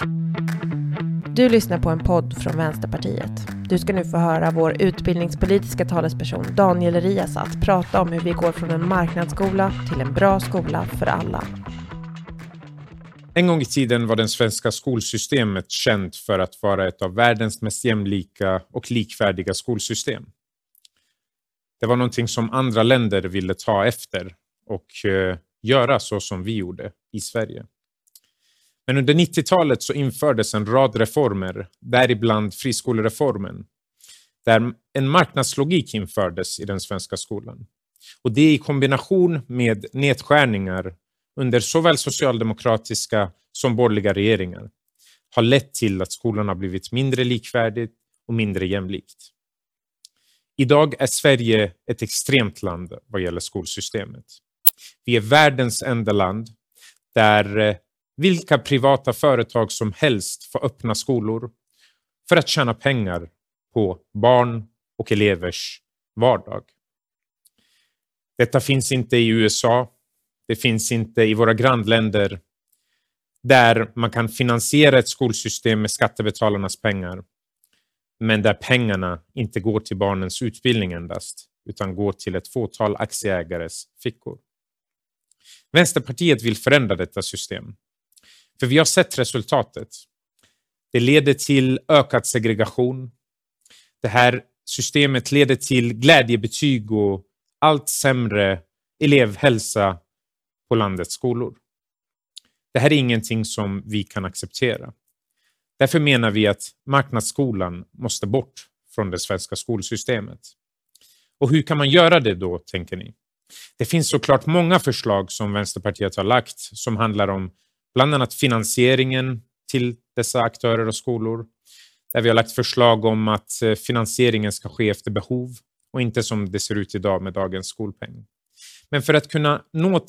Du lyssnar på en podd från Vänsterpartiet. Du ska nu få höra vår utbildningspolitiska talesperson Daniel Riazat prata om hur vi går från en marknadsskola till en bra skola för alla. En gång i tiden var det svenska skolsystemet känt för att vara ett av världens mest jämlika och likvärdiga skolsystem. Det var någonting som andra länder ville ta efter och göra så som vi gjorde i Sverige. Men under 90-talet så infördes en rad reformer, däribland friskolereformen, där en marknadslogik infördes i den svenska skolan. Och det i kombination med nedskärningar under såväl socialdemokratiska som borgerliga regeringar har lett till att skolan har blivit mindre likvärdigt och mindre jämlikt. Idag är Sverige ett extremt land vad gäller skolsystemet. Vi är världens enda land där vilka privata företag som helst får öppna skolor för att tjäna pengar på barn och elevers vardag. Detta finns inte i USA. Det finns inte i våra grannländer där man kan finansiera ett skolsystem med skattebetalarnas pengar, men där pengarna inte går till barnens utbildning endast, utan går till ett fåtal aktieägares fickor. Vänsterpartiet vill förändra detta system. För vi har sett resultatet. Det leder till ökad segregation. Det här systemet leder till glädjebetyg och allt sämre elevhälsa på landets skolor. Det här är ingenting som vi kan acceptera. Därför menar vi att marknadsskolan måste bort från det svenska skolsystemet. Och hur kan man göra det då, tänker ni? Det finns såklart många förslag som Vänsterpartiet har lagt som handlar om bland annat finansieringen till dessa aktörer och skolor. Där vi har lagt förslag om att finansieringen ska ske efter behov och inte som det ser ut idag med dagens skolpeng. Men för att kunna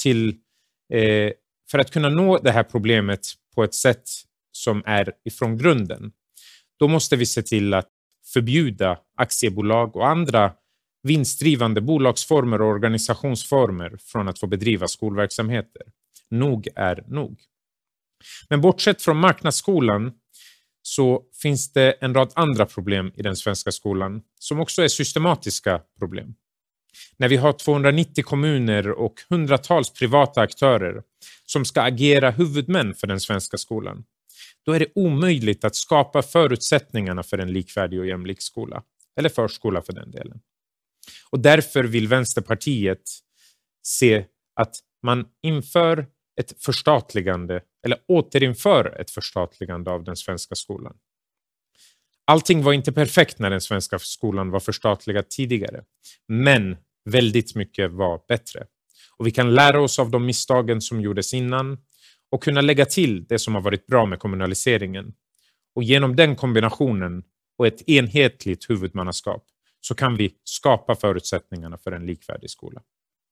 nå det här problemet på ett sätt som är ifrån grunden, då måste vi se till att förbjuda aktiebolag och andra vinstdrivande bolagsformer och organisationsformer från att få bedriva skolverksamheter. Nog är nog. Men bortsett från marknadsskolan så finns det en rad andra problem i den svenska skolan som också är systematiska problem. När vi har 290 kommuner och hundratals privata aktörer som ska agera huvudmän för den svenska skolan, då är det omöjligt att skapa förutsättningarna för en likvärdig och jämlik skola, eller förskola för den delen. Och därför vill Vänsterpartiet se att man inför ett förstatligande eller återinför ett förstatligande av den svenska skolan. Allting var inte perfekt när den svenska skolan var förstatligad tidigare, men väldigt mycket var bättre. Och vi kan lära oss av de misstagen som gjordes innan och kunna lägga till det som har varit bra med kommunaliseringen. Och genom den kombinationen och ett enhetligt huvudmannaskap så kan vi skapa förutsättningarna för en likvärdig skola.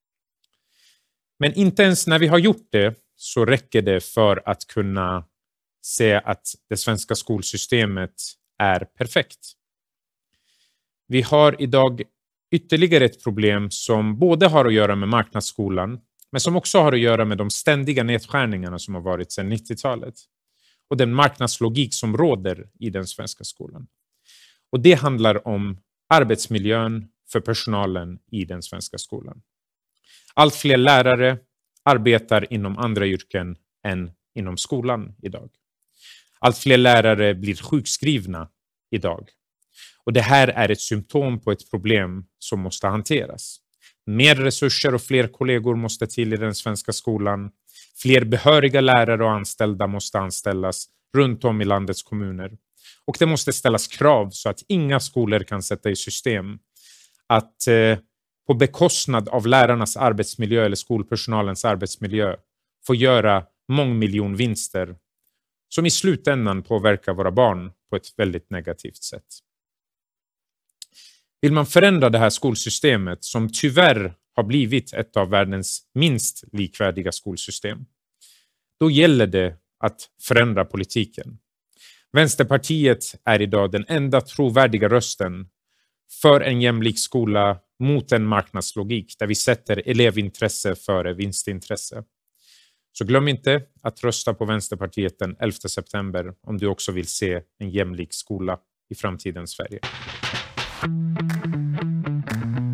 Men inte ens när vi har gjort det så räcker det för att kunna se att det svenska skolsystemet är perfekt. Vi har idag ytterligare ett problem som både har att göra med marknadsskolan, men som också har att göra med de ständiga nedskärningarna som har varit sedan 90-talet. Och den marknadslogik som råder i den svenska skolan. Och det handlar om arbetsmiljön för personalen i den svenska skolan. Allt fler lärare arbetar inom andra yrken än inom skolan idag. Allt fler lärare blir sjukskrivna idag. Och det här är ett symptom på ett problem som måste hanteras. Mer resurser och fler kollegor måste till i den svenska skolan. Fler behöriga lärare och anställda måste anställas runt om i landets kommuner. Och det måste ställas krav så att inga skolor kan sätta i system att på bekostnad av lärarnas arbetsmiljö eller skolpersonalens arbetsmiljö få göra mångmiljonvinster som i slutändan påverkar våra barn på ett väldigt negativt sätt. Vill man förändra det här skolsystemet som tyvärr har blivit ett av världens minst likvärdiga skolsystem, då gäller det att förändra politiken. Vänsterpartiet är idag den enda trovärdiga rösten för en jämlik skola mot en marknadslogik där vi sätter elevintresse före vinstintresse. Så glöm inte att rösta på Vänsterpartiet den 11 september om du också vill se en jämlik skola i framtidens Sverige.